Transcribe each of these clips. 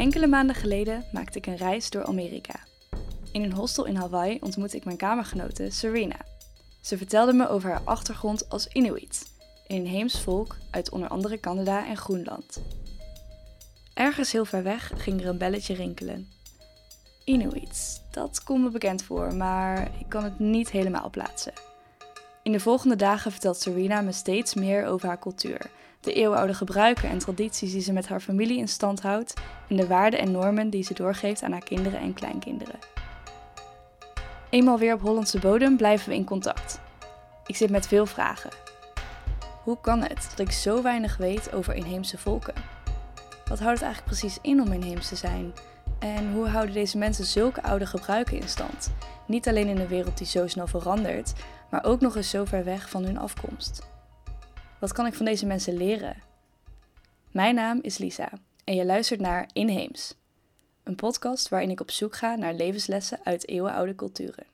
Enkele maanden geleden maakte ik een reis door Amerika. In een hostel in Hawaii ontmoette ik mijn kamergenote Serena. Ze vertelde me over haar een als Inuit, een inheems volk uit onder andere Canada en Groenland. Ergens heel ver weg ging er een belletje rinkelen. Inuits, dat komt me bekend voor, maar ik kan het niet helemaal plaatsen. In de volgende dagen vertelt Serena me steeds meer over haar cultuur, de eeuwenoude gebruiken en tradities die ze met haar familie in stand houdt en de waarden en normen die ze doorgeeft aan haar kinderen en kleinkinderen. Eenmaal weer op Hollandse bodem blijven we in contact. Ik zit met veel vragen. Hoe kan het dat ik zo weinig weet over inheemse volken? Wat houdt het eigenlijk precies in om inheems te zijn? En hoe houden deze mensen zulke oude gebruiken in stand? Niet alleen in een wereld die zo snel verandert, maar ook nog eens zo ver weg van hun afkomst. Wat kan ik van deze mensen leren? Mijn naam is Lisa en je luistert naar Inheems. Een podcast waarin ik op zoek ga naar levenslessen uit eeuwenoude culturen.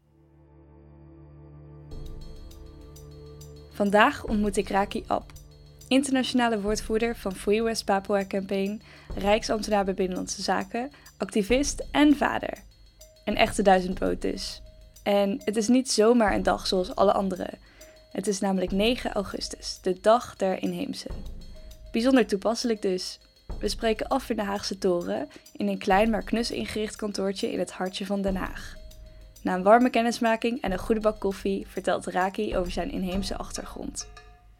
Vandaag ontmoet ik Raki Ab, internationale woordvoerder van Free West Papua Campaign, rijksambtenaar bij Binnenlandse Zaken, activist en vader. Een echte duizendpoot dus. En het is niet zomaar een dag zoals alle andere. Het is namelijk 9 augustus, de dag der inheemsen. Bijzonder toepasselijk dus. We spreken af in de Haagse Toren, in een klein maar knus ingericht kantoortje in het hartje van Den Haag. Na een warme kennismaking en een goede bak koffie vertelt Raki over zijn inheemse achtergrond.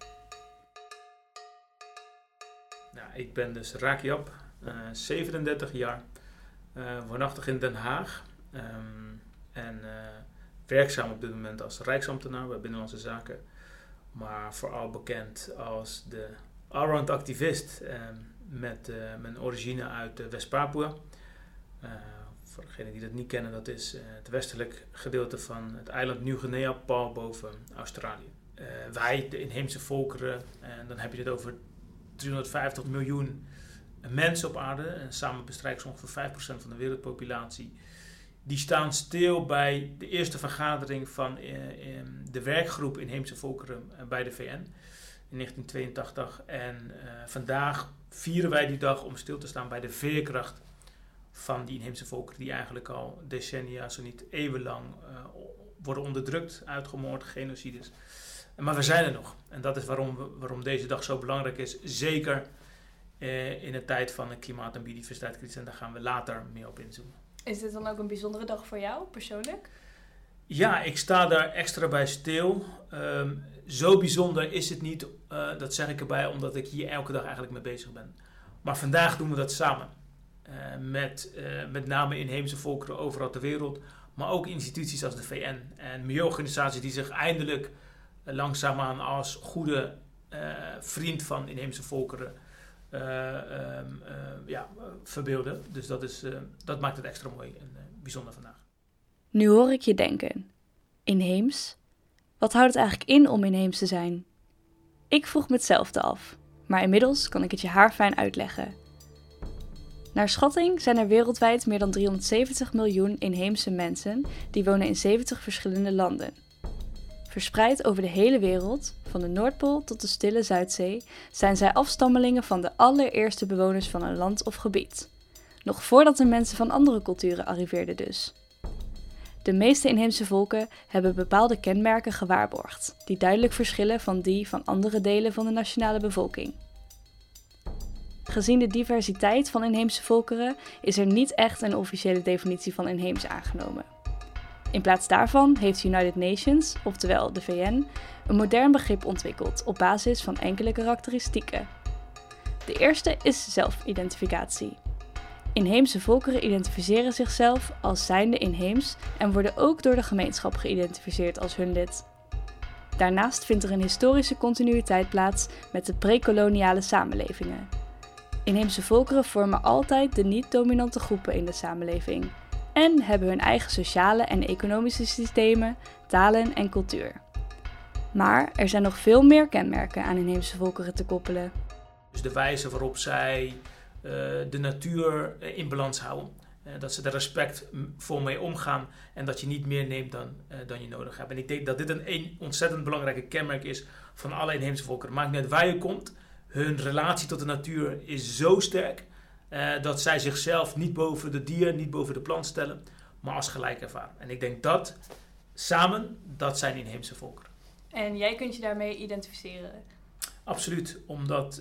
Nou, ik ben dus Raki Ab, 37 jaar, woonachtig in Den Haag en werkzaam op dit moment als rijksambtenaar bij Binnenlandse Zaken, maar vooral bekend als de allround activist met mijn origine uit West-Papua. Voor degenen die dat niet kennen, dat is het westelijk gedeelte van het eiland Nieuw-Guinea, pal boven Australië. Wij, de inheemse volkeren, en dan heb je het over 350 miljoen mensen op aarde, en samen bestrijken ze ongeveer 5% van de wereldpopulatie. Die staan stil bij de eerste vergadering van de werkgroep inheemse volkeren bij de VN in 1982. En vandaag vieren wij die dag om stil te staan bij de veerkracht van die inheemse volkeren die eigenlijk al decennia, zo niet eeuwenlang worden onderdrukt, uitgemoord, genocides. Maar we zijn er nog. En dat is waarom deze dag zo belangrijk is. Zeker in een tijd van een klimaat- en biodiversiteitscrisis. En daar gaan we later meer op inzoomen. Is dit dan ook een bijzondere dag voor jou, persoonlijk? Ja, ik sta daar extra bij stil. Zo bijzonder is het niet, dat zeg ik erbij, omdat ik hier elke dag eigenlijk mee bezig ben. Maar vandaag doen we dat samen. Met name inheemse volkeren overal ter wereld. Maar ook instituties als de VN en milieuorganisaties die zich eindelijk langzaamaan als goede vriend van inheemse volkeren verbeelden. Dus dat maakt het extra mooi en bijzonder vandaag. Nu hoor ik je denken. Inheems? Wat houdt het eigenlijk in om inheems te zijn? Ik vroeg me hetzelfde af, maar inmiddels kan ik het je haarfijn uitleggen. Naar schatting zijn er wereldwijd meer dan 370 miljoen inheemse mensen die wonen in 70 verschillende landen. Verspreid over de hele wereld, van de Noordpool tot de Stille Zuidzee, zijn zij afstammelingen van de allereerste bewoners van een land of gebied. Nog voordat de mensen van andere culturen arriveerden dus. De meeste inheemse volken hebben bepaalde kenmerken gewaarborgd, die duidelijk verschillen van die van andere delen van de nationale bevolking. Gezien de diversiteit van inheemse volkeren is er niet echt een officiële definitie van inheems aangenomen. In plaats daarvan heeft United Nations, oftewel de VN, een modern begrip ontwikkeld op basis van enkele karakteristieken. De eerste is zelfidentificatie. Inheemse volkeren identificeren zichzelf als zijnde inheems en worden ook door de gemeenschap geïdentificeerd als hun lid. Daarnaast vindt er een historische continuïteit plaats met de pre-koloniale samenlevingen. Inheemse volkeren vormen altijd de niet-dominante groepen in de samenleving en hebben hun eigen sociale en economische systemen, talen en cultuur. Maar er zijn nog veel meer kenmerken aan inheemse volkeren te koppelen. Dus de wijze waarop zij de natuur in balans houden. Dat ze er respectvol mee omgaan en dat je niet meer neemt dan je nodig hebt. En ik denk dat dit een ontzettend belangrijke kenmerk is van alle inheemse volkeren. Maakt niet uit waar je komt, hun relatie tot de natuur is zo sterk Dat zij zichzelf niet boven de dier, niet boven de plant stellen, maar als gelijk ervaren. En ik denk dat samen, dat zijn inheemse volkeren. En jij kunt je daarmee identificeren? Absoluut, omdat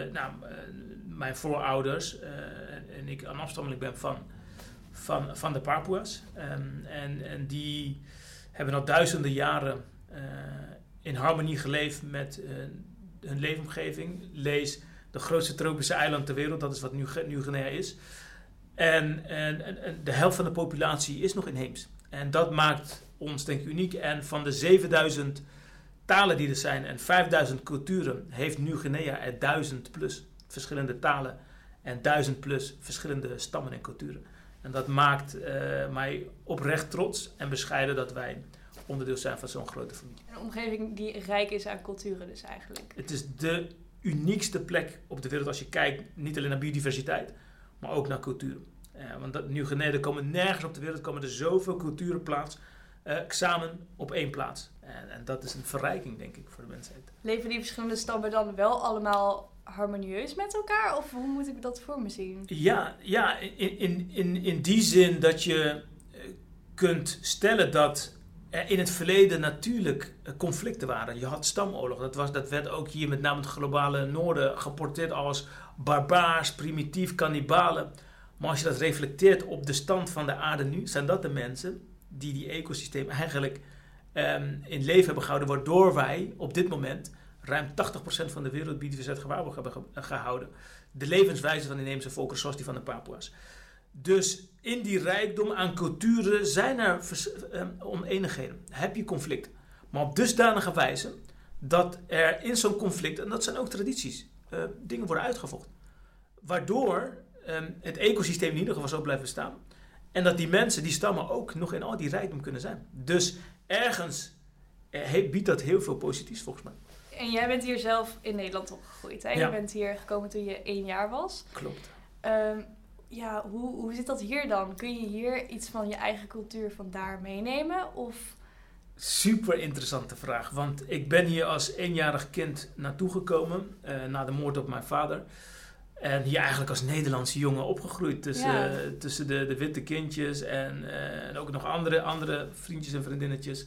mijn voorouders en ik een afstammeling ben van de Papua's. En die hebben al duizenden jaren in harmonie geleefd met hun leefomgeving. Lees de grootste tropische eiland ter wereld, dat is wat Nieuw-Guinea is. En de helft van de populatie is nog inheems. En dat maakt ons denk ik uniek. En van de 7000 talen die er zijn en 5000 culturen heeft Nieuw-Guinea er 1000 plus verschillende talen en 1000 plus verschillende stammen en culturen. En dat maakt mij oprecht trots en bescheiden dat wij onderdeel zijn van zo'n grote familie. Een omgeving die rijk is aan culturen dus eigenlijk. Het is de uniekste plek op de wereld als je kijkt, niet alleen naar biodiversiteit, maar ook naar culturen. Want Nieuw-Guinea, er komen nergens op de wereld komen er zoveel culturen plaats, samen op één plaats. En dat is een verrijking, denk ik, voor de mensheid. Leven die verschillende stammen dan wel allemaal harmonieus met elkaar? Of hoe moet ik dat voor me zien? Ja, in die zin dat je kunt stellen dat er in het verleden natuurlijk conflicten waren. Je had stamoorlog. Dat werd ook hier met name het globale noorden geportreerd als barbaars, primitief, kannibalen. Maar als je dat reflecteert op de stand van de aarde nu, zijn dat de mensen die ecosysteem eigenlijk in leven hebben gehouden, waardoor wij op dit moment ruim 80% van de wereldbiodiversiteit gewaarborgd hebben gehouden. De levenswijze van de inheemse volkeren zoals die van de Papua's. Dus in die rijkdom aan culturen zijn er oneenigheden. Heb je conflict. Maar op dusdanige wijze dat er in zo'n conflict, en dat zijn ook tradities, dingen worden uitgevochten. Waardoor het ecosysteem in ieder geval zo blijft bestaan. En dat die mensen, die stammen ook nog in al die rijkdom kunnen zijn. Dus ergens biedt dat heel veel positiefs volgens mij. En jij bent hier zelf in Nederland opgegroeid, hè? Ja. Je bent hier gekomen toen je 1 jaar was. Klopt. Hoe zit dat hier dan? Kun je hier iets van je eigen cultuur vandaar meenemen? Of? Super interessante vraag. Want ik ben hier als 1-jarig kind naartoe gekomen. Na de moord op mijn vader. En hier eigenlijk als Nederlandse jongen opgegroeid. Tussen de witte kindjes. En ook nog andere vriendjes en vriendinnetjes.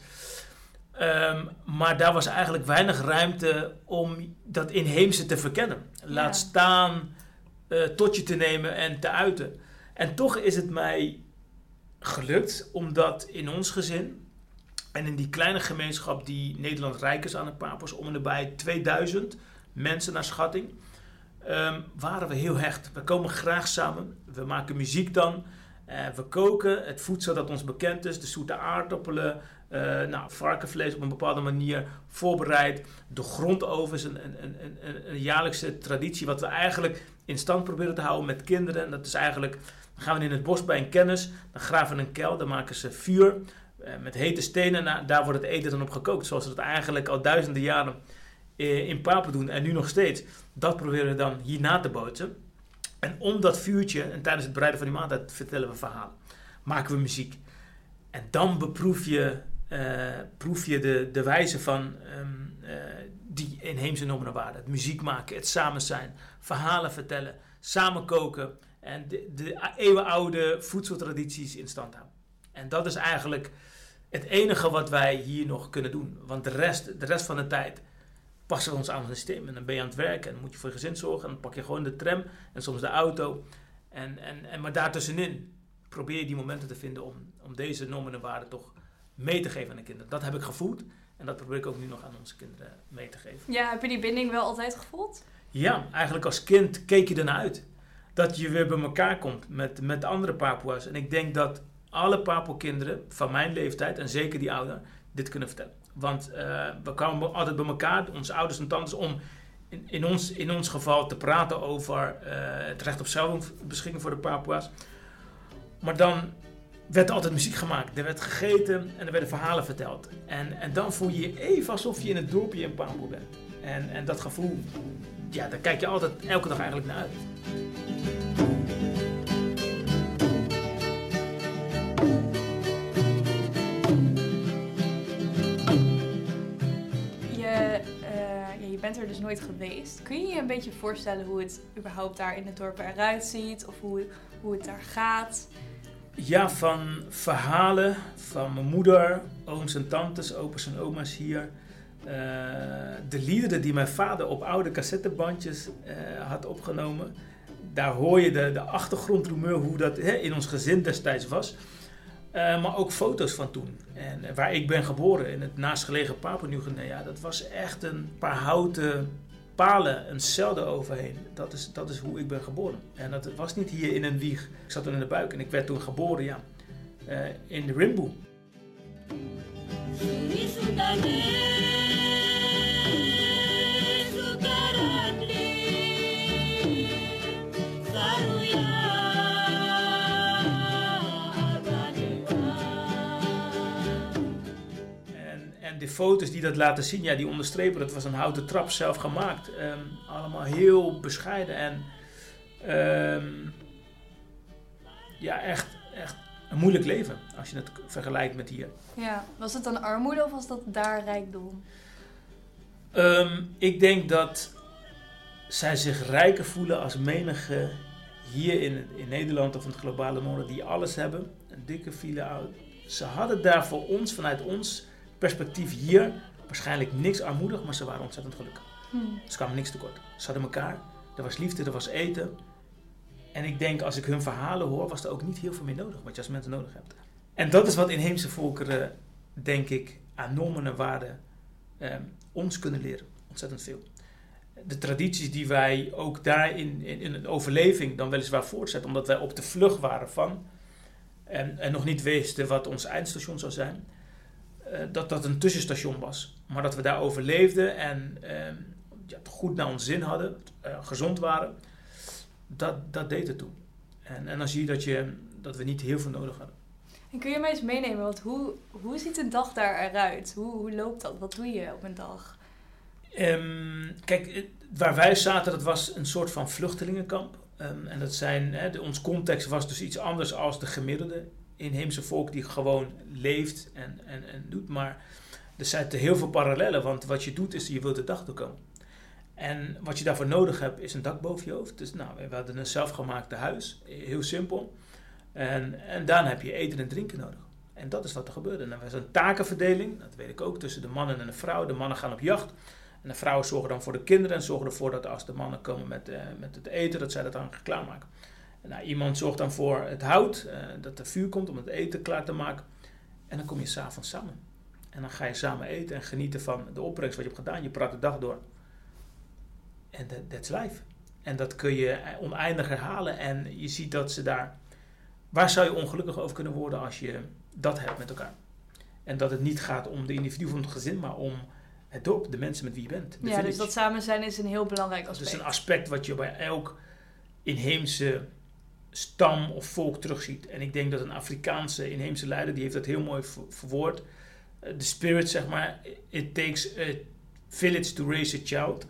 Maar daar was eigenlijk weinig ruimte om dat inheemse te verkennen. Laat staan tot je te nemen en te uiten. En toch is het mij gelukt, omdat in ons gezin en in die kleine gemeenschap die Nederland rijk is aan de Papua's, om en nabij 2000 mensen naar schatting, waren we heel hecht. We komen graag samen, we maken muziek dan, we koken het voedsel dat ons bekend is, de zoete aardappelen, varkenvlees op een bepaalde manier voorbereid. De grondoven is een jaarlijkse traditie wat we eigenlijk in stand proberen te houden met kinderen. En dat is eigenlijk, dan gaan we in het bos bij een kennis, dan graven we een kuil, dan maken ze vuur met hete stenen en daar wordt het eten dan op gekookt. Zoals we het eigenlijk al duizenden jaren in Papua doen en nu nog steeds. Dat proberen we dan hier na te bootsen. En om dat vuurtje, en tijdens het bereiden van die maaltijd vertellen we verhalen. Maken we muziek. En dan proef je de wijze van die inheemse normen en waarden. Het muziek maken, het samen zijn, verhalen vertellen, samen koken en de eeuwenoude voedseltradities in stand houden. En dat is eigenlijk het enige wat wij hier nog kunnen doen. Want de rest van de tijd passen we ons aan het systeem. En dan ben je aan het werk en dan moet je voor je gezin zorgen. En dan pak je gewoon de tram en soms de auto. Maar daartussenin probeer je die momenten te vinden om deze normen en waarden toch mee te geven aan de kinderen. Dat heb ik gevoeld en dat probeer ik ook nu nog aan onze kinderen mee te geven. Ja, heb je die binding wel altijd gevoeld? Ja, eigenlijk als kind keek je ernaar uit. Dat je weer bij elkaar komt met andere Papua's. En ik denk dat alle Papua-kinderen van mijn leeftijd, en zeker die ouder, dit kunnen vertellen. Want we kwamen altijd bij elkaar, onze ouders en tantes, om in ons geval te praten over het recht op zelfbeschikking voor de Papua's. Maar dan werd er altijd muziek gemaakt, er werd gegeten en er werden verhalen verteld. En dan voel je je even alsof je in het dorpje in Papua bent. En dat gevoel, ja, daar kijk je altijd elke dag eigenlijk naar uit. Je bent er dus nooit geweest. Kun je je een beetje voorstellen hoe het überhaupt daar in het dorp eruit ziet? Of hoe het daar gaat? Ja, van verhalen van mijn moeder, ooms en tantes, opa's en oma's hier. De liederen die mijn vader op oude cassettebandjes had opgenomen. Daar hoor je de achtergrondrumeur, hoe dat in ons gezin destijds was. Maar ook foto's van toen. En waar ik ben geboren, in het naastgelegen Papua-Nieuw-Guinea, dat was echt een paar houten palen, een cel eroverheen. Dat is hoe ik ben geboren. En dat was niet hier in een wieg. Ik zat toen in de buik en ik werd toen geboren, in de Rimboe. En de foto's die dat laten zien, die onderstrepen, dat was een houten trap, zelf gemaakt. Allemaal heel bescheiden en echt een moeilijk leven als je het vergelijkt met hier. Ja, was het dan armoede of was dat daar rijkdom? Ik denk dat zij zich rijker voelen als menige hier in Nederland of in het globale noorden die alles hebben. Een dikke villa. Ze hadden daar voor ons, vanuit ons perspectief hier, waarschijnlijk niks armoedig, maar ze waren ontzettend gelukkig. Ze kwamen niks tekort. Ze hadden elkaar, er was liefde, er was eten. En ik denk, als ik hun verhalen hoor, was er ook niet heel veel meer nodig, wat je als mensen nodig hebt. En dat is wat inheemse volkeren, denk ik, aan normen en waarden ons kunnen leren. Ontzettend veel. De tradities die wij ook daar in een overleving dan weliswaar voortzetten, omdat wij op de vlucht waren van en nog niet wisten wat ons eindstation zou zijn, dat een tussenstation was. Maar dat we daar overleefden en goed naar ons zin hadden, gezond waren, dat deed het toe. En dan zie je dat we niet heel veel nodig hadden. En kun je mij eens meenemen, want hoe ziet een dag daar eruit? Hoe loopt dat? Wat doe je op een dag? Kijk, waar wij zaten, dat was een soort van vluchtelingenkamp. En dat ons context was dus iets anders als de gemiddelde inheemse volk die gewoon leeft en doet. Maar er zitten heel veel parallellen, want wat je doet is, je wilt de dag doorkomen. En wat je daarvoor nodig hebt, is een dak boven je hoofd. Dus we hadden een zelfgemaakte huis, heel simpel. En daarna heb je eten en drinken nodig. En dat is wat er gebeurde. En er was een takenverdeling, dat weet ik ook, tussen de mannen en de vrouwen. De mannen gaan op jacht. En de vrouwen zorgen dan voor de kinderen en zorgen ervoor dat als de mannen komen met het eten, dat zij dat dan klaarmaken. En iemand zorgt dan voor het hout, dat er vuur komt om het eten klaar te maken. En dan kom je 's avonds samen. En dan ga je samen eten en genieten van de opbrengst wat je hebt gedaan. Je praat de dag door. En that's life. En dat kun je oneindig herhalen. En je ziet dat ze daar... Waar zou je ongelukkig over kunnen worden als je dat hebt met elkaar? En dat het niet gaat om de individu van het gezin, maar om het dorp, de mensen met wie je bent. Ja, dus dat samen zijn is een heel belangrijk aspect. Dat is een aspect wat je bij elk inheemse stam of volk terugziet. En ik denk dat een Afrikaanse inheemse leider, die heeft dat heel mooi verwoord. De spirit, zeg maar, it takes a village to raise a child.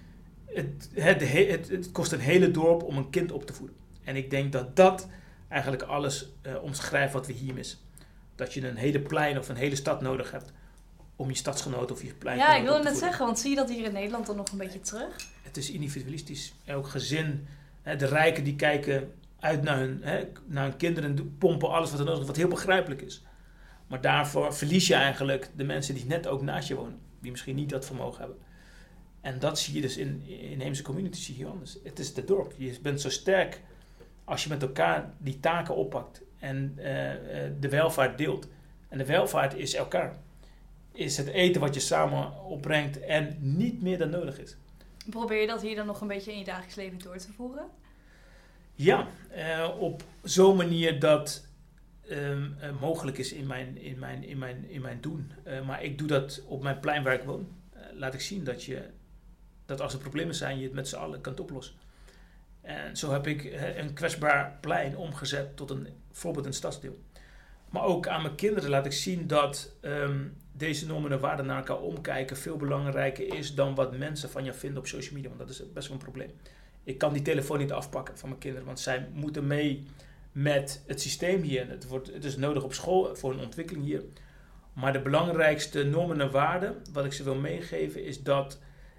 Het kost een hele dorp om een kind op te voeden. En ik denk dat eigenlijk alles omschrijft wat we hier missen. Dat je een hele plein of een hele stad nodig hebt om je stadsgenoot of je plein Ja, ik wilde net zeggen, want zie je dat hier in Nederland dan nog een beetje terug? Het is individualistisch. Elk gezin, de rijken die kijken uit naar hun kinderen en pompen alles wat er nodig is, wat heel begrijpelijk is. Maar daarvoor verlies je eigenlijk de mensen die net ook naast je wonen, die misschien niet dat vermogen hebben. En dat zie je dus in inheemse communities hier anders. Het is het dorp. Je bent zo sterk als je met elkaar die taken oppakt en de welvaart deelt. En de welvaart is elkaar. Is het eten wat je samen opbrengt en niet meer dan nodig is. Probeer je dat hier dan nog een beetje in je dagelijks leven door te voeren? Ja, op zo'n manier dat mogelijk is in mijn doen. Maar ik doe dat op mijn plein waar ik woon. Laat ik zien dat als er problemen zijn, je het met z'n allen kunt oplossen. En zo heb ik een kwetsbaar plein omgezet tot een voorbeeld een stadsdeel. Maar ook aan mijn kinderen laat ik zien dat deze normen en waarden naar elkaar omkijken veel belangrijker is dan wat mensen van je vinden op social media. Want dat is best wel een probleem. Ik kan die telefoon niet afpakken van mijn kinderen, want zij moeten mee met het systeem hier. Het is nodig op school voor hun ontwikkeling hier. Maar de belangrijkste normen en waarden, wat ik ze wil meegeven, is dat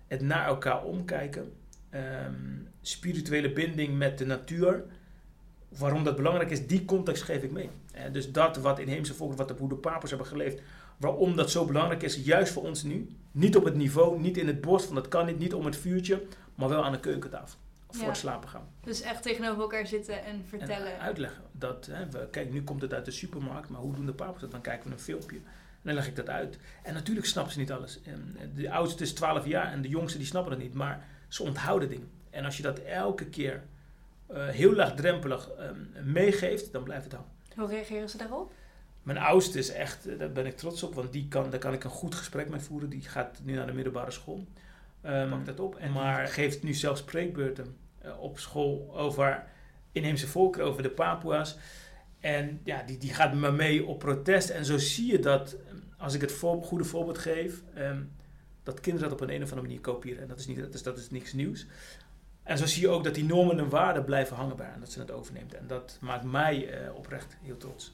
het naar elkaar omkijken, spirituele binding met de natuur. Waarom dat belangrijk is, die context geef ik mee. Dus dat wat inheemse volken, hoe de Papua's hebben geleefd, waarom dat zo belangrijk is, juist voor ons nu. Niet op het niveau, niet in het bos, want dat kan niet om het vuurtje, maar wel aan de keukentafel. Voor het slapen gaan. Dus echt tegenover elkaar zitten en vertellen. En uitleggen. Dat, kijk, nu komt het uit de supermarkt, maar hoe doen de Papua's dat? Dan kijken we een filmpje. En dan leg ik dat uit. En natuurlijk snappen ze niet alles. De oudste is 12 jaar en de jongste die snappen het niet. Maar ze onthouden dingen. En als je dat elke keer heel laagdrempelig meegeeft, dan blijft het hangen. Hoe reageren ze daarop? Mijn oudste is echt, daar ben ik trots op, want daar kan ik een goed gesprek mee voeren. Die gaat nu naar de middelbare school. Pak dat op. Maar geeft nu zelfs spreekbeurten op school over inheemse volkeren, over de Papua's. En ja, die gaat met me mee op protest. En zo zie je dat, als ik het goede voorbeeld geef, dat kinderen dat op een of andere manier kopiëren. En dat is niks nieuws. En zo zie je ook dat die normen en waarden blijven hangen bij haar en dat ze het overneemt. En dat maakt mij oprecht heel trots.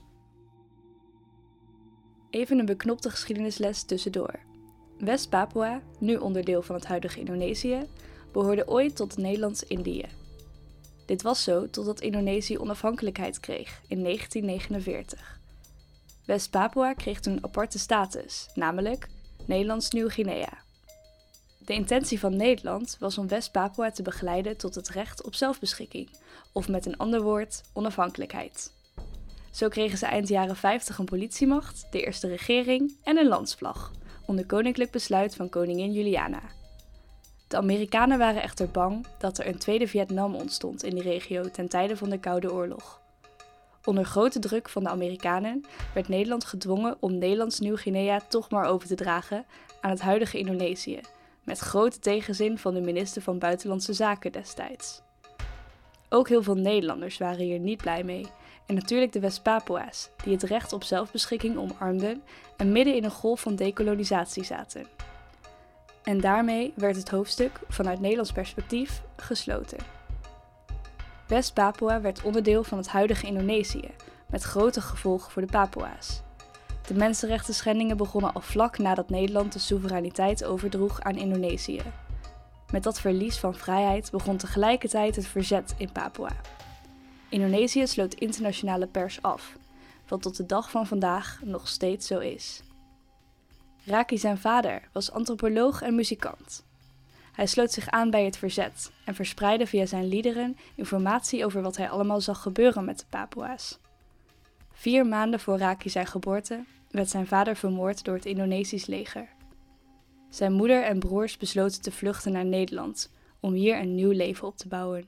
Even een beknopte geschiedenisles tussendoor. West-Papua, nu onderdeel van het huidige Indonesië, behoorde ooit tot Nederlands-Indië. Dit was zo totdat Indonesië onafhankelijkheid kreeg in 1949. West-Papua kreeg toen een aparte status, namelijk Nederlands Nieuw-Guinea. De intentie van Nederland was om West-Papua te begeleiden tot het recht op zelfbeschikking, of met een ander woord, onafhankelijkheid. Zo kregen ze eind jaren 50 een politiemacht, de eerste regering en een landsvlag, onder koninklijk besluit van koningin Juliana. De Amerikanen waren echter bang dat er een tweede Vietnam ontstond in die regio ten tijde van de Koude Oorlog. Onder grote druk van de Amerikanen werd Nederland gedwongen om Nederlands Nieuw-Guinea toch maar over te dragen aan het huidige Indonesië, met grote tegenzin van de minister van Buitenlandse Zaken destijds. Ook heel veel Nederlanders waren hier niet blij mee, en natuurlijk de West-Papua's, die het recht op zelfbeschikking omarmden en midden in een golf van dekolonisatie zaten. En daarmee werd het hoofdstuk vanuit Nederlands perspectief gesloten. West-Papua werd onderdeel van het huidige Indonesië, met grote gevolgen voor de Papua's. De mensenrechten schendingen begonnen al vlak nadat Nederland de soevereiniteit overdroeg aan Indonesië. Met dat verlies van vrijheid begon tegelijkertijd het verzet in Papua. Indonesië sloot internationale pers af, wat tot de dag van vandaag nog steeds zo is. Raki zijn vader was antropoloog en muzikant. Hij sloot zich aan bij het verzet en verspreidde via zijn liederen informatie over wat hij allemaal zag gebeuren met de Papua's. 4 maanden voor Raki zijn geboorte werd zijn vader vermoord door het Indonesisch leger. Zijn moeder en broers besloten te vluchten naar Nederland om hier een nieuw leven op te bouwen.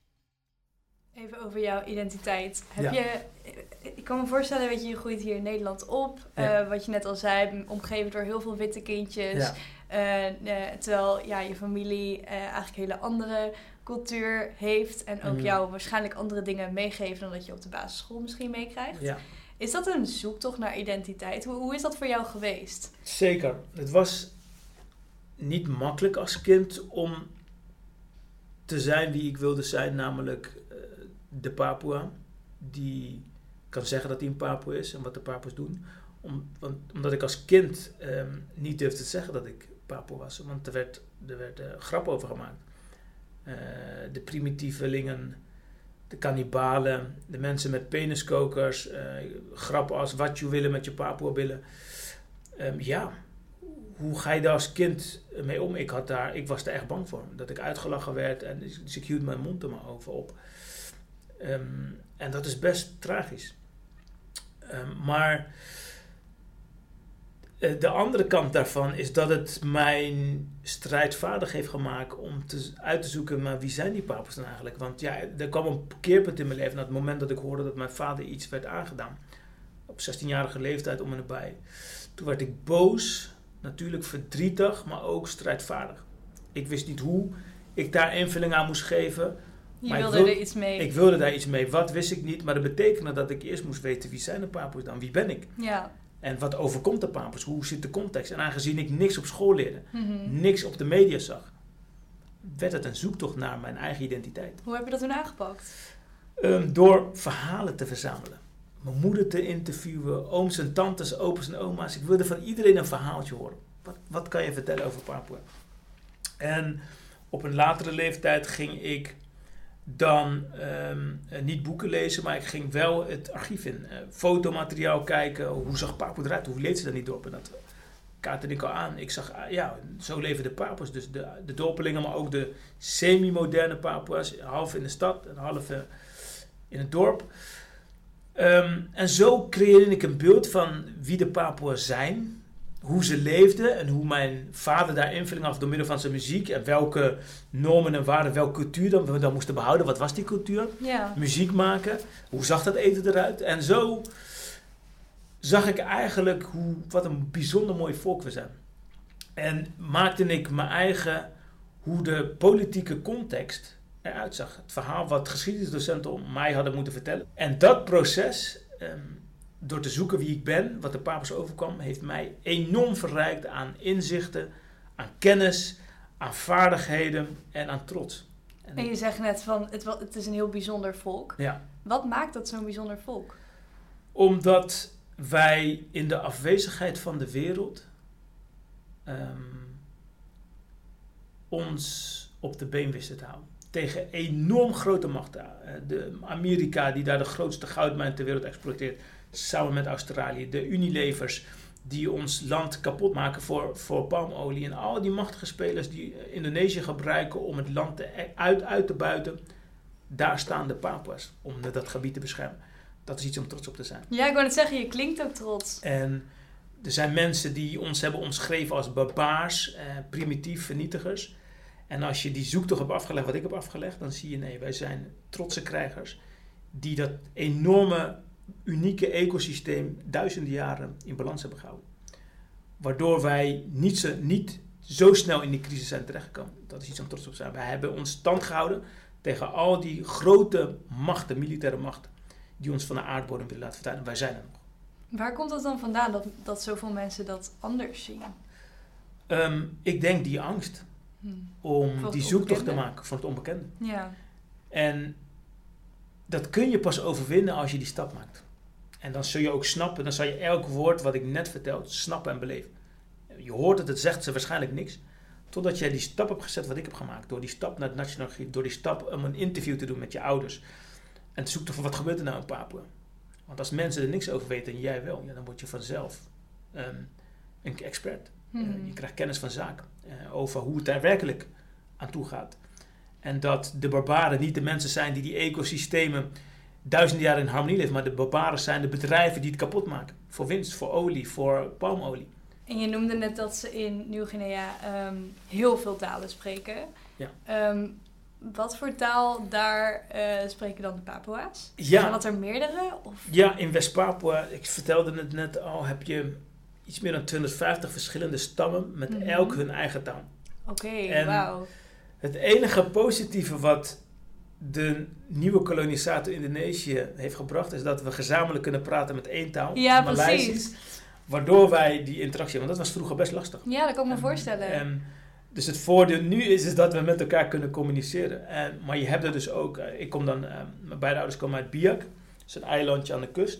Even over jouw identiteit. Ik kan me voorstellen, weet je groeit hier in Nederland op. Ja. Wat je net al zei, omgeven door heel veel witte kindjes. Ja. Terwijl je familie eigenlijk een hele andere cultuur heeft. En ook jou waarschijnlijk andere dingen meegeven dan dat je op de basisschool misschien meekrijgt. Ja. Is dat een zoektocht naar identiteit? Hoe is dat voor jou geweest? Zeker. Het was niet makkelijk als kind om te zijn wie ik wilde zijn, namelijk de Papua. Die kan zeggen dat hij een Papua is en wat de Papua's doen. Omdat ik als kind niet durfde te zeggen dat ik Papua was. Want er werd grap over gemaakt. De primitievelingen, de kannibalen, de mensen met peniskokers. Grappen als wat je willen met je Papua-billen. Hoe ga je daar als kind mee om? Ik was er echt bang voor. Dat ik uitgelachen werd. En dus ik hield mijn mond er maar over op. En dat is best tragisch. Maar de andere kant daarvan is dat het mijn strijdvaardig heeft gemaakt om uit te zoeken, maar wie zijn die Papua's dan eigenlijk? Want er kwam een keerpunt in mijn leven, op het moment dat ik hoorde dat mijn vader iets werd aangedaan. Op 16-jarige leeftijd om en nabij. Toen werd ik boos, natuurlijk verdrietig, maar ook strijdvaardig. Ik wist niet hoe ik daar invulling aan moest geven. Je wilde er iets mee. Ik wilde daar iets mee. Wat wist ik niet, maar dat betekende dat ik eerst moest weten wie zijn de Papua's dan? Wie ben ik? Ja. En wat overkomt de Papua's? Hoe zit de context? En aangezien ik niks op school leerde, niks op de media zag, werd het een zoektocht naar mijn eigen identiteit. Hoe heb je dat toen aangepakt? Door verhalen te verzamelen. Mijn moeder te interviewen, ooms en tantes, opa's en oma's. Ik wilde van iedereen een verhaaltje horen. Wat kan je vertellen over Papua? En op een latere leeftijd ging ik dan niet boeken lezen, maar ik ging wel het archief in. Fotomateriaal kijken, hoe zag Papua eruit, hoe leed ze dan niet dorp? En dat kaartte ik al aan. Ik zag, zo leven de Papua's. Dus de dorpelingen, maar ook de semi-moderne Papua's. Half in de stad en half in het dorp. En zo creëerde ik een beeld van wie de Papua's zijn. Hoe ze leefden en hoe mijn vader daar invulling gaf door middel van zijn muziek. En welke normen en waarden, welke cultuur we dan moesten behouden. Wat was die cultuur? Ja. Muziek maken. Hoe zag dat eten eruit? En zo zag ik eigenlijk wat een bijzonder mooi volk we zijn. En maakte ik mijn eigen, hoe de politieke context eruit zag. Het verhaal wat geschiedenisdocenten mij hadden moeten vertellen. En dat proces, door te zoeken wie ik ben, wat de Papua's overkwam, heeft mij enorm verrijkt aan inzichten, aan kennis, aan vaardigheden en aan trots. En je zegt net van, het is een heel bijzonder volk. Ja. Wat maakt dat zo'n bijzonder volk? Omdat wij in de afwezigheid van de wereld ons op de been wisten te houden. Tegen enorm grote machten. De Amerika, die daar de grootste goudmijn ter wereld exploiteert, samen met Australië. De Unilevers, die ons land kapot maken voor palmolie. En al die machtige spelers die Indonesië gebruiken om het land uit te buiten. Daar staan de Papua's om dat gebied te beschermen. Dat is iets om trots op te zijn. Ja, ik wou net zeggen, je klinkt ook trots. En er zijn mensen die ons hebben omschreven als barbaars, primitief, vernietigers. En als je die zoektocht hebt afgelegd, wat ik heb afgelegd, dan zie je, nee, wij zijn trotse krijgers die dat enorme, unieke ecosysteem duizenden jaren in balans hebben gehouden. Waardoor wij niet zo snel in die crisis zijn terechtgekomen. Dat is iets om trots op te zijn. Wij hebben ons stand gehouden tegen al die grote machten, militaire machten, die ons van de aardbodem willen laten verdwijnen. Wij zijn er nog. Waar komt het dan vandaan dat zoveel mensen dat anders zien? Ik denk die angst om die zoektocht te maken van het onbekende. Ja. En dat kun je pas overwinnen als je die stap maakt. En dan zul je ook snappen, dan zal je elk woord wat ik net vertelde snappen en beleven. Je hoort het zegt ze waarschijnlijk niks. Totdat jij die stap hebt gezet wat ik heb gemaakt. Door die stap naar het Nationaal Archief, door die stap om een interview te doen met je ouders. En te zoeken van wat gebeurt er nou in Papua. Want als mensen er niks over weten en jij wel, dan word je vanzelf een expert. Je krijgt kennis van zaken over hoe het daar werkelijk aan toe gaat. En dat de barbaren niet de mensen zijn die ecosystemen duizenden jaren in harmonie leven, maar de barbaren zijn de bedrijven die het kapot maken. Voor winst, voor olie, voor palmolie. En je noemde net dat ze in Nieuw-Guinea heel veel talen spreken. Ja. Wat voor taal daar spreken dan de Papua's? Ja. Zijn dat er meerdere? Of? Ja, in West-Papua, ik vertelde het net al, heb je iets meer dan 250 verschillende stammen met elk hun eigen taal. Oké, wauw. Het enige positieve wat de nieuwe kolonisator Indonesië heeft gebracht, is dat we gezamenlijk kunnen praten met één taal. Ja, Maleisisch, precies. Waardoor wij die interactie, want dat was vroeger best lastig. Ja, dat kan ik me voorstellen. Dus het voordeel nu is dat we met elkaar kunnen communiceren. Maar je hebt er dus ook, ik kom dan, mijn beide ouders komen uit Biak. Dat is een eilandje aan de kust.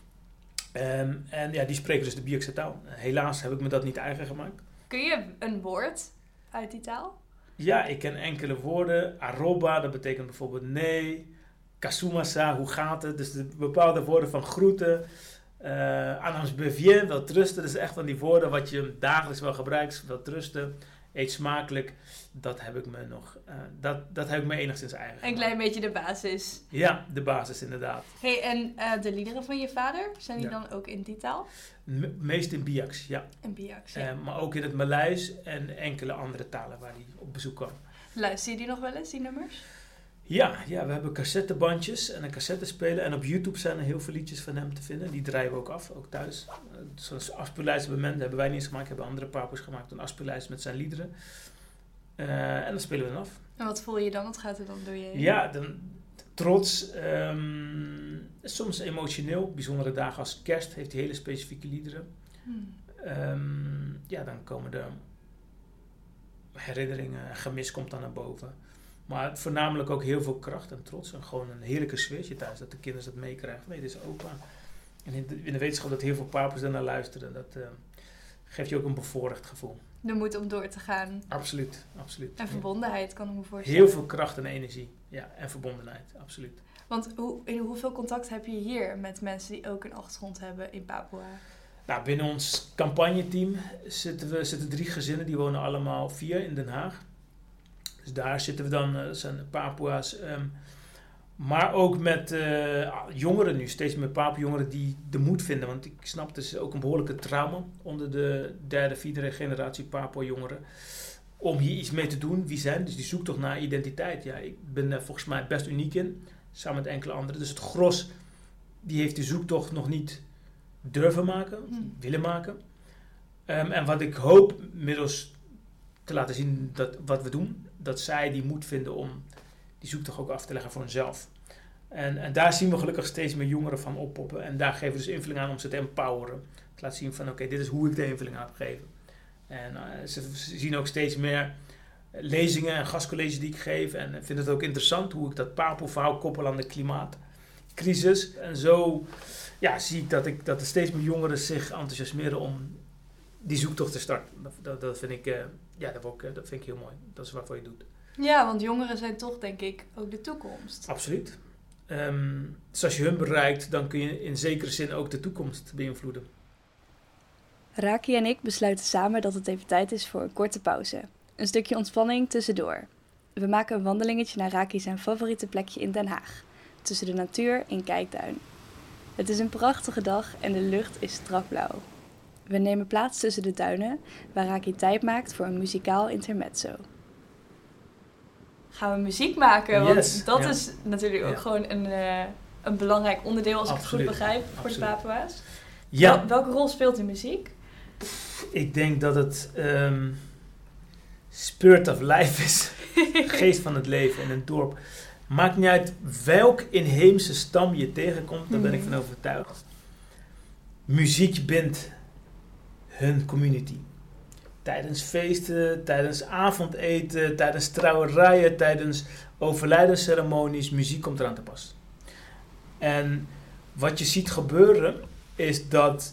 En die spreken dus de Biakse taal. Helaas heb ik me dat niet eigen gemaakt. Kun je een woord uit die taal? Ja, ik ken enkele woorden. Aroba, dat betekent bijvoorbeeld nee. Kasumasa, hoe gaat het? Dus de bepaalde woorden van groeten. Anams bevien, wel trusten. Dat is echt van die woorden wat je dagelijks wel gebruikt. Wel trusten, eet smakelijk. Dat heb ik me nog, dat heb ik me enigszins eigen gemaakt. Een klein beetje de basis. Ja, de basis inderdaad. Hey, en de liederen van je vader, zijn die dan ook in die taal? Meest in Biaks, ja. In Biaks, ja. Maar ook in het Maleis en enkele andere talen waar hij op bezoek kwam. Luister je die nog wel eens, die nummers? Ja, we hebben cassettebandjes en een cassettespeler. En op YouTube zijn er heel veel liedjes van hem te vinden. Die draaien we ook af, ook thuis. Zo'n afspeellijst op het moment hebben wij niet eens gemaakt. Hebben andere Papua's gemaakt. Een afspeellijst met zijn liederen. En dan spelen we dan af. En wat voel je dan? Wat gaat er dan door je heen? Ja, dan trots. Soms emotioneel. Bijzondere dagen als kerst heeft hij hele specifieke liederen. Dan komen er herinneringen. Gemis komt dan naar boven. Maar voornamelijk ook heel veel kracht en trots. En gewoon een heerlijke sfeertje thuis. Dat de kinderen dat meekrijgen. Nee, dit is opa. En in de wetenschap dat heel veel Papua's daarnaar luisteren. Dat geeft je ook een bevoorrecht gevoel. De moed om door te gaan. Absoluut. En verbondenheid, kan ik me voorstellen. Heel veel kracht en energie. Ja, en verbondenheid, absoluut. Want in hoeveel contact heb je hier met mensen die ook een achtergrond hebben in Papua? Nou, binnen ons campagneteam zitten 3 gezinnen, die wonen allemaal 4 in Den Haag. Dus daar zitten we dan, dat zijn Papua's. Maar ook met jongeren nu, steeds meer Papua-jongeren die de moed vinden. Want ik snap, het is ook een behoorlijke trauma onder de 3e, 4e generatie Papua-jongeren. Om hier iets mee te doen, wie zijn. Dus die zoektocht naar identiteit. Ja, ik ben daar volgens mij best uniek in, samen met enkele anderen. Dus het gros, die heeft die zoektocht nog niet durven maken, willen maken. En wat ik hoop, middels te laten zien dat wat we doen, dat zij die moed vinden om die zoektocht ook af te leggen voor hunzelf. En daar zien we gelukkig steeds meer jongeren van oppoppen. En daar geven we dus invulling aan om ze te empoweren. Te laten zien van oké, dit is hoe ik de invulling aan heb gegeven. En ze zien ook steeds meer lezingen en gastcolleges die ik geef. En vinden het ook interessant hoe ik dat Papua-verhaal koppel aan de klimaatcrisis. En zo zie ik dat er steeds meer jongeren zich enthousiasmeren om die zoektocht te starten. Dat vind ik, dat vind ik heel mooi. Dat is waarvoor je het doet. Ja, want jongeren zijn toch, denk ik, ook de toekomst. Absoluut. Dus als je hun bereikt, dan kun je in zekere zin ook de toekomst beïnvloeden. Raki en ik besluiten samen dat het even tijd is voor een korte pauze. Een stukje ontspanning tussendoor. We maken een wandelingetje naar Raki zijn favoriete plekje in Den Haag. Tussen de natuur in Kijkduin. Het is een prachtige dag en de lucht is strak blauw. We nemen plaats tussen de duinen, waar Raki tijd maakt voor een muzikaal intermezzo. Gaan we muziek maken? Want dat is natuurlijk ook gewoon een belangrijk onderdeel, als ik het goed begrijp, voor de Papua's. Ja. Welke rol speelt de muziek? Ik denk dat het spirit of life is. Geest van het leven in een dorp. Maakt niet uit welk inheemse stam je tegenkomt, daar ben ik van overtuigd. Muziek bindt hun community. Tijdens feesten, tijdens avondeten, tijdens trouwerijen, tijdens overlijdensceremonies, muziek komt eraan te pas. En wat je ziet gebeuren is dat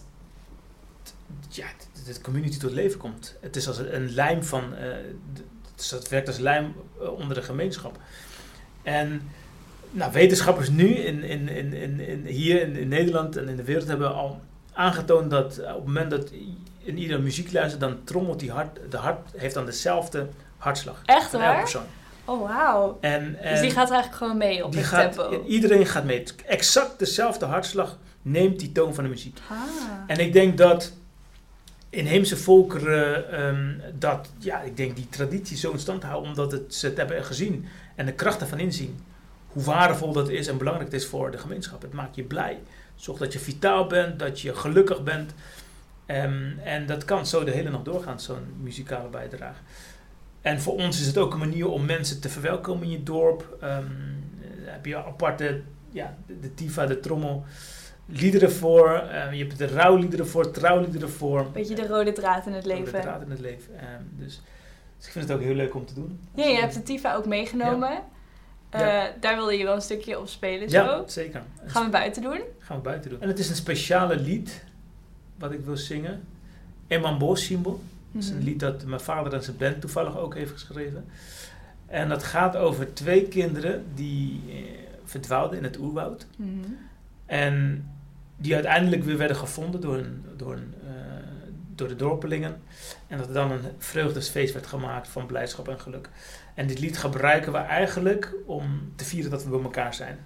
de community tot leven komt. Het is als een lijm van, het werkt als lijm onder de gemeenschap. En wetenschappers nu hier in Nederland en in de wereld hebben al aangetoond dat op het moment dat in ieder muziek luistert, dan trommelt de hart heeft dan dezelfde hartslag. Echt van waar? elke persoon. Oh, wauw. Dus die gaat eigenlijk gewoon mee op het tempo? Iedereen gaat mee. Exact dezelfde hartslag neemt die toon van de muziek. Ah. En ik denk dat inheemse volkeren ik denk die traditie zo in stand houden, omdat ze het hebben gezien en de kracht ervan inzien. Hoe waardevol dat is en belangrijk het is voor de gemeenschap. Het maakt je blij. Zorg dat je vitaal bent, dat je gelukkig bent. En dat kan zo de hele nacht doorgaan, zo'n muzikale bijdrage. En voor ons is het ook een manier om mensen te verwelkomen in je dorp. Heb je aparte, de tifa, de trommel, liederen voor. Je hebt de rouwliederen voor, trouwliederen voor. Beetje de rode draad in het leven. Rode draad in het leven. Dus ik vind het ook heel leuk om te doen. Ja, je hebt de tifa ook meegenomen. Ja. Daar wilde je wel een stukje op spelen. Zo. Ja, zeker. Gaan we buiten doen? Gaan we buiten doen. En het is een speciale lied wat ik wil zingen. Emambo Symbol. Dat is een lied dat mijn vader en zijn band toevallig ook heeft geschreven. En dat gaat over 2 kinderen die verdwaalden in het oerwoud. En die uiteindelijk weer werden gevonden door de dorpelingen. En dat er dan een vreugdesfeest werd gemaakt van blijdschap en geluk. En dit lied gebruiken we eigenlijk om te vieren dat we bij elkaar zijn.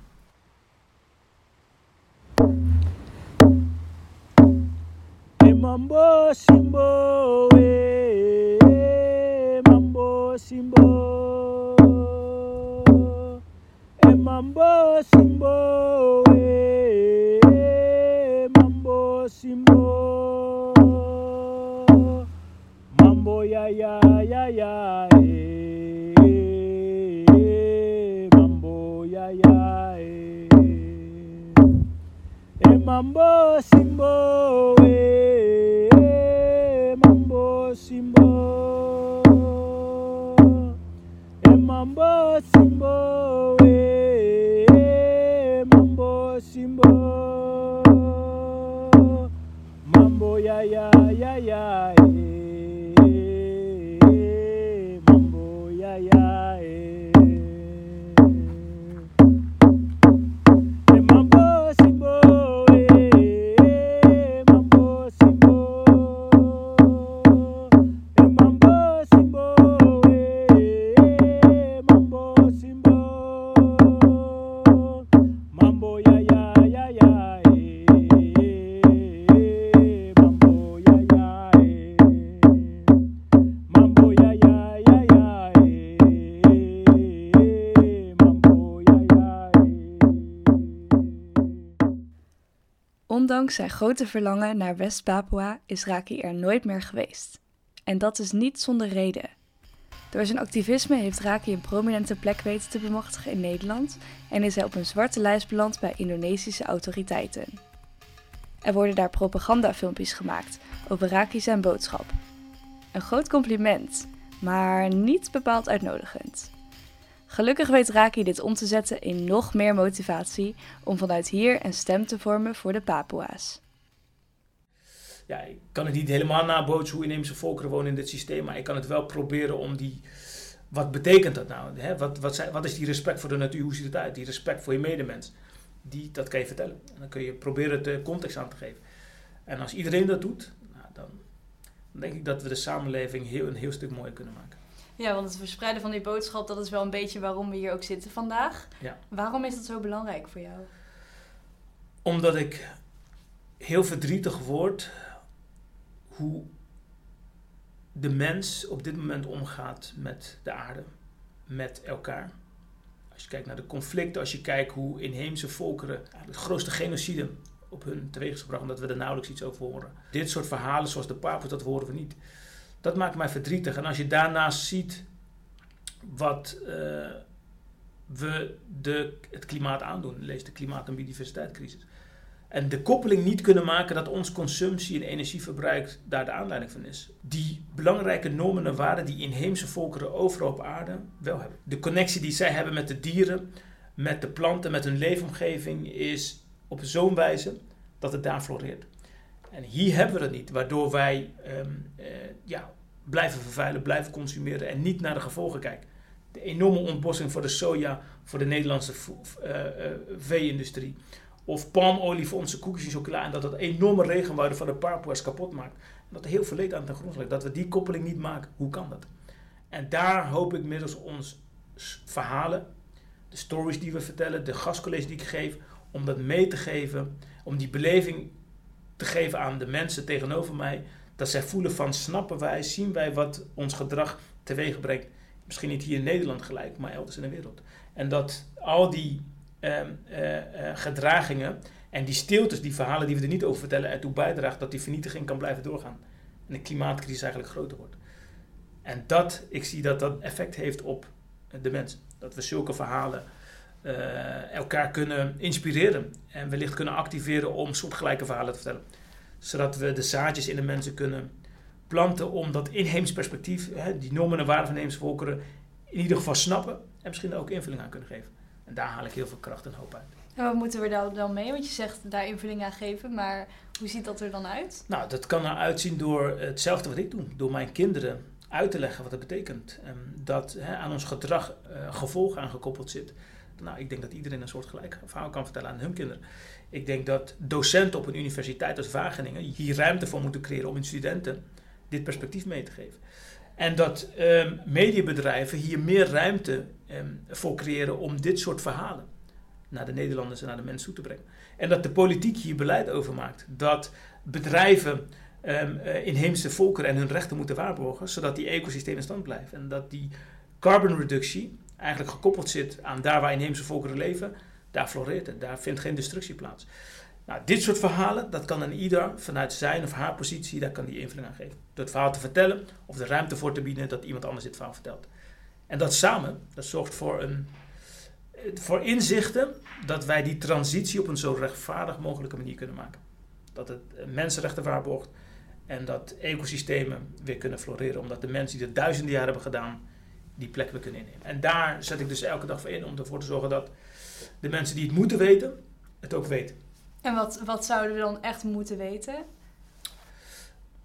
Mambo Simbo, Mambo Simbo, Mambo Simbo, Mambo Simbo, Mambo ya ya ya ya, Mambo ya ya, Mambo Simbo, Mambo Simbo, Mambo Simbo, Mambo Simbo, Mambo ya ya ya ya ya mambo ya ya mambo simbo mambo simbo mambo simbo mambo simbo mambo ya ya ya ya mambo ya ya mambo ya ya ya ya mambo ya ya. Ondanks zijn grote verlangen naar West-Papua is Raki er nooit meer geweest. En dat is niet zonder reden. Door zijn activisme heeft Raki een prominente plek weten te bemachtigen in Nederland en is hij op een zwarte lijst beland bij Indonesische autoriteiten. Er worden daar propagandafilmpjes gemaakt over Raki zijn boodschap. Een groot compliment, maar niet bepaald uitnodigend. Gelukkig weet Raki dit om te zetten in nog meer motivatie om vanuit hier een stem te vormen voor de Papua's. Ja, ik kan het niet helemaal nabootsen hoe inheemse volkeren wonen in dit systeem, maar ik kan het wel proberen om wat betekent dat nou? Hè? Wat is die respect voor de natuur? Hoe ziet het uit? Die respect voor je medemens. Dat kan je vertellen. En dan kun je proberen het de context aan te geven. En als iedereen dat doet, nou, dan denk ik dat we de samenleving een heel stuk mooier kunnen maken. Ja, want het verspreiden van die boodschap, dat is wel een beetje waarom we hier ook zitten vandaag. Ja. Waarom is dat zo belangrijk voor jou? Omdat ik heel verdrietig word hoe de mens op dit moment omgaat met de aarde, met elkaar. Als je kijkt naar de conflicten, als je kijkt hoe inheemse volkeren de grootste genocide op hun teweeg is gebracht, omdat we er nauwelijks iets over horen. Dit soort verhalen zoals de Papua's, dat horen we niet. Dat maakt mij verdrietig. En als je daarnaast ziet wat we het klimaat aandoen, lees de klimaat- en biodiversiteitscrisis. En de koppeling niet kunnen maken dat ons consumptie en energieverbruik daar de aanleiding van is. Die belangrijke normen en waarden die inheemse volkeren overal op aarde wel hebben. De connectie die zij hebben met de dieren, met de planten, met hun leefomgeving is op zo'n wijze dat het daar floreert. En hier hebben we dat niet, waardoor wij blijven vervuilen, blijven consumeren en niet naar de gevolgen kijken. De enorme ontbossing voor de soja, voor de Nederlandse vee-industrie. Of palmolie voor onze koekjes en chocola. En dat het enorme regenwouden van de Papua's kapot maakt. En dat er heel veel leed aan ten grond ligt. Dat we die koppeling niet maken. Hoe kan dat? En daar hoop ik middels ons verhalen, de stories die we vertellen, de gastcolleges die ik geef, om dat mee te geven. Om die beleving te geven aan de mensen tegenover mij. Dat zij voelen van, snappen wij, zien wij wat ons gedrag teweeg brengt. Misschien niet hier in Nederland gelijk, maar elders in de wereld. En dat al die gedragingen en die stiltes, die verhalen die we er niet over vertellen, ertoe bijdraagt dat die vernietiging kan blijven doorgaan. En de klimaatcrisis eigenlijk groter wordt. En ik zie dat dat effect heeft op de mensen. Dat we zulke verhalen elkaar kunnen inspireren en wellicht kunnen activeren om soortgelijke verhalen te vertellen. Zodat we de zaadjes in de mensen kunnen planten om dat inheems perspectief, die normen en waarden van inheemse volkeren, in ieder geval snappen en misschien ook invulling aan kunnen geven. En daar haal ik heel veel kracht en hoop uit. En wat moeten we daar dan mee? Want je zegt daar invulling aan geven, maar hoe ziet dat er dan uit? Nou, dat kan eruit zien door hetzelfde wat ik doe. Door mijn kinderen uit te leggen wat het betekent. Dat aan ons gedrag gevolgen aan gekoppeld zit. Nou, ik denk dat iedereen een soortgelijk verhaal kan vertellen aan hun kinderen. Ik denk dat docenten op een universiteit als Wageningen hier ruimte voor moeten creëren om hun studenten dit perspectief mee te geven. En dat mediabedrijven hier meer ruimte voor creëren om dit soort verhalen naar de Nederlanders en naar de mensen toe te brengen. En dat de politiek hier beleid over maakt. Dat bedrijven inheemse volkeren en hun rechten moeten waarborgen, zodat die ecosystemen in stand blijven. En dat die carbon reductie eigenlijk gekoppeld zit aan daar waar inheemse volkeren leven, daar floreert het. Daar vindt geen destructie plaats. Nou, dit soort verhalen, dat kan een ieder vanuit zijn of haar positie, daar kan die invulling aan geven. Door het verhaal te vertellen of de ruimte voor te bieden dat iemand anders dit verhaal vertelt. En dat samen, dat zorgt voor inzichten dat wij die transitie op een zo rechtvaardig mogelijke manier kunnen maken. Dat het mensenrechten waarborgt en dat ecosystemen weer kunnen floreren. Omdat de mensen die het duizenden jaar hebben gedaan, die plek weer kunnen innemen. En daar zet ik dus elke dag voor in om ervoor te zorgen dat de mensen die het moeten weten, het ook weten. En wat zouden we dan echt moeten weten?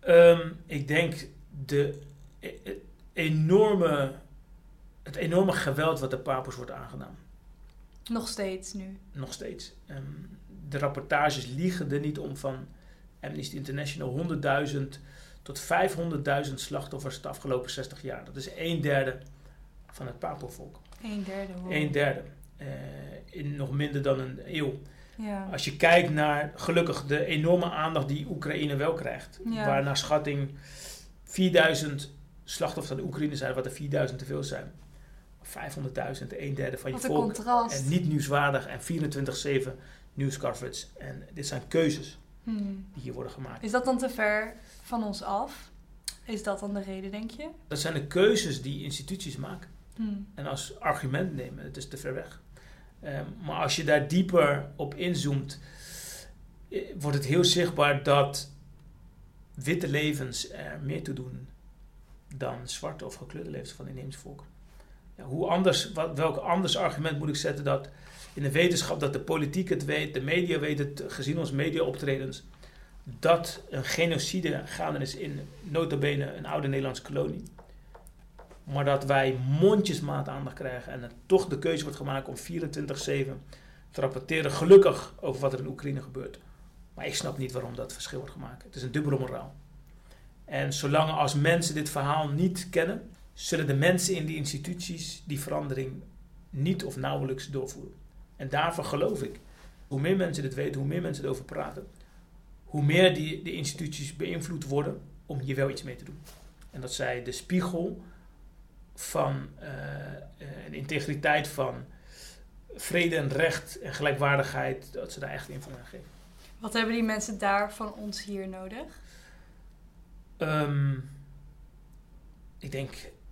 Ik denk het enorme geweld wat de Papoes wordt aangedaan. Nog steeds nu. Nog steeds. De rapportages liegen er niet om van Amnesty International. 100.000 tot 500.000 slachtoffers de afgelopen 60 jaar. Dat is 1/3 van het Papoevolk. 1/3. Wow. 1/3. In nog minder dan een eeuw. Ja. Als je kijkt naar, gelukkig, de enorme aandacht die Oekraïne wel krijgt. Ja. Waar naar schatting 4.000 slachtoffers aan de Oekraïne zijn, wat er 4.000 te veel zijn. 500.000, 1/3 van je Wat een volk. contrast. En niet nieuwswaardig en 24/7 nieuwscoverage. En dit zijn keuzes die hier worden gemaakt. Is dat dan te ver van ons af? Is dat dan de reden, denk je? Dat zijn de keuzes die instituties maken. En als argument nemen, het is te ver weg. Maar als je daar dieper op inzoomt, wordt het heel zichtbaar dat witte levens er meer toe doen dan zwarte of gekleurde levens van inheemse volken. Ja, welk anders argument moet ik zetten dat in de wetenschap, dat de politiek het weet, de media weet het, gezien onze mediaoptredens, dat een genocide gaande is in nota bene een oude Nederlandse kolonie. Maar dat wij mondjesmaat aandacht krijgen en er toch de keuze wordt gemaakt om 24/7 te rapporteren, gelukkig, over wat er in Oekraïne gebeurt. Maar ik snap niet waarom dat verschil wordt gemaakt. Het is een dubbele moraal. En zolang als mensen dit verhaal niet kennen, zullen de mensen in die instituties die verandering niet of nauwelijks doorvoeren. En daarvoor geloof ik, hoe meer mensen dit weten, hoe meer mensen erover praten, hoe meer de instituties beïnvloed worden om hier wel iets mee te doen. En dat zij de spiegel van de integriteit van vrede en recht en gelijkwaardigheid, dat ze daar echt invulling aan geven. Wat hebben die mensen daar van ons hier nodig? Ik denk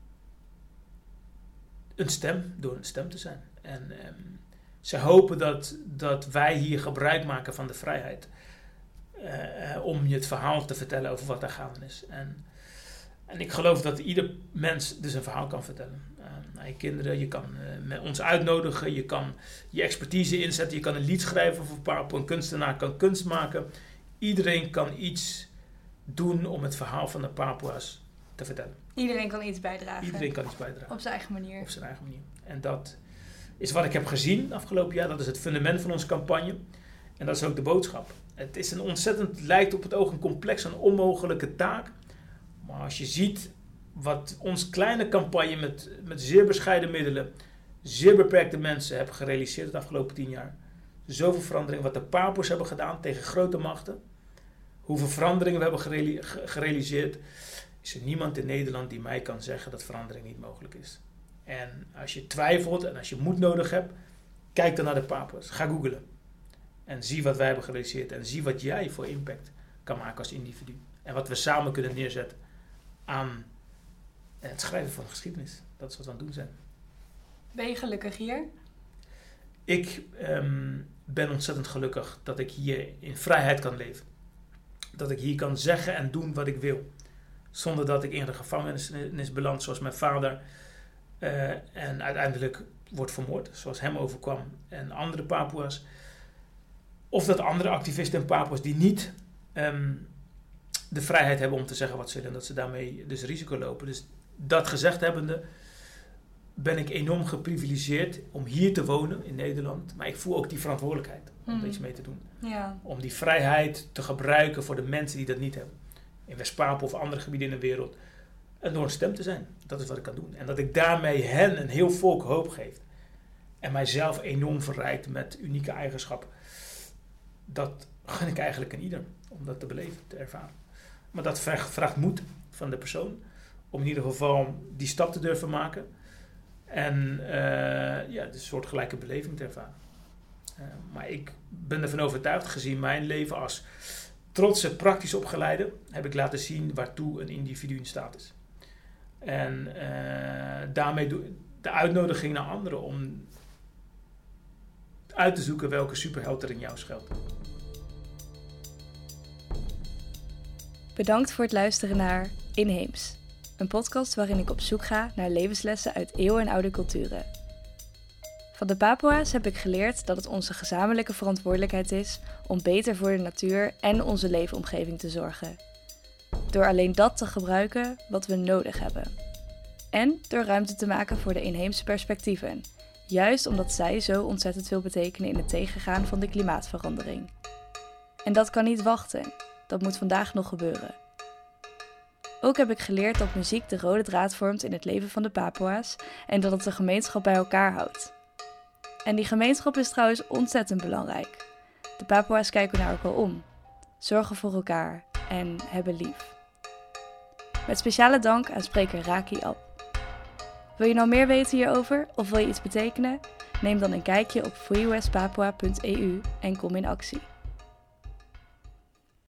een stem, door een stem te zijn. En ze hopen dat wij hier gebruik maken van de vrijheid om je het verhaal te vertellen over wat er gaande is. En ik geloof dat ieder mens dus een verhaal kan vertellen. Naar je kinderen, je kan met ons uitnodigen, je kan je expertise inzetten, je kan een lied schrijven over Papoe, een kunstenaar kan kunst maken. Iedereen kan iets doen om het verhaal van de Papoeas te vertellen. Iedereen kan iets bijdragen. Iedereen kan iets bijdragen. Op zijn eigen manier. Op zijn eigen manier. En dat is wat ik heb gezien afgelopen jaar. Dat is het fundament van onze campagne. En dat is ook de boodschap. Het is lijkt op het oog een complex en onmogelijke taak. Maar als je ziet wat ons kleine campagne met zeer bescheiden middelen, zeer beperkte mensen hebben gerealiseerd de afgelopen 10 jaar. Zoveel verandering, wat de Papoes hebben gedaan tegen grote machten. Hoeveel veranderingen we hebben gerealiseerd. Is er niemand in Nederland die mij kan zeggen dat verandering niet mogelijk is. En als je twijfelt en als je moed nodig hebt, kijk dan naar de Papoes. Ga googlen. En zie wat wij hebben gerealiseerd. En zie wat jij voor impact kan maken als individu. En wat we samen kunnen neerzetten aan het schrijven van geschiedenis. Dat is wat we aan het doen zijn. Ben je gelukkig hier? Ik ben ontzettend gelukkig dat ik hier in vrijheid kan leven. Dat ik hier kan zeggen en doen wat ik wil. Zonder dat ik in de gevangenis beland zoals mijn vader. En uiteindelijk wordt vermoord, zoals hem overkwam. En andere Papoeas. Of dat andere activisten en Papoeas die niet de vrijheid hebben om te zeggen wat ze willen. En dat ze daarmee dus risico lopen. Dus dat gezegd hebbende ben ik enorm geprivilegeerd om hier te wonen in Nederland. Maar ik voel ook die verantwoordelijkheid om er iets mee te doen. Ja. Om die vrijheid te gebruiken voor de mensen die dat niet hebben. In West-Papua of andere gebieden in de wereld. En door een stem te zijn. Dat is wat ik kan doen. En dat ik daarmee hen, een heel volk, hoop geef. En mijzelf enorm verrijkt met unieke eigenschappen. Dat gun ik eigenlijk aan ieder. Om dat te beleven, te ervaren. Maar dat vraagt moed van de persoon. Om in ieder geval die stap te durven maken. En een soortgelijke beleving te ervaren. Maar ik ben ervan overtuigd, gezien mijn leven als trotse, praktisch opgeleide, heb ik laten zien waartoe een individu in staat is. En daarmee de uitnodiging naar anderen om uit te zoeken welke superheld er in jou schuilt. Bedankt voor het luisteren naar Inheems. Een podcast waarin ik op zoek ga naar levenslessen uit eeuwenoude culturen. Van de Papoeas heb ik geleerd dat het onze gezamenlijke verantwoordelijkheid is om beter voor de natuur en onze leefomgeving te zorgen. door alleen dat te gebruiken wat we nodig hebben. En door ruimte te maken voor de inheemse perspectieven, juist omdat zij zo ontzettend veel betekenen in het tegengaan van de klimaatverandering. En dat kan niet wachten, dat moet vandaag nog gebeuren. Ook heb ik geleerd dat muziek de rode draad vormt in het leven van de Papua's en dat het de gemeenschap bij elkaar houdt. En die gemeenschap is trouwens ontzettend belangrijk. De Papua's kijken naar elkaar om, zorgen voor elkaar en hebben lief. Met speciale dank aan spreker Raki Ab. Wil je nou meer weten hierover of wil je iets betekenen? Neem dan een kijkje op freewestpapua.eu en kom in actie.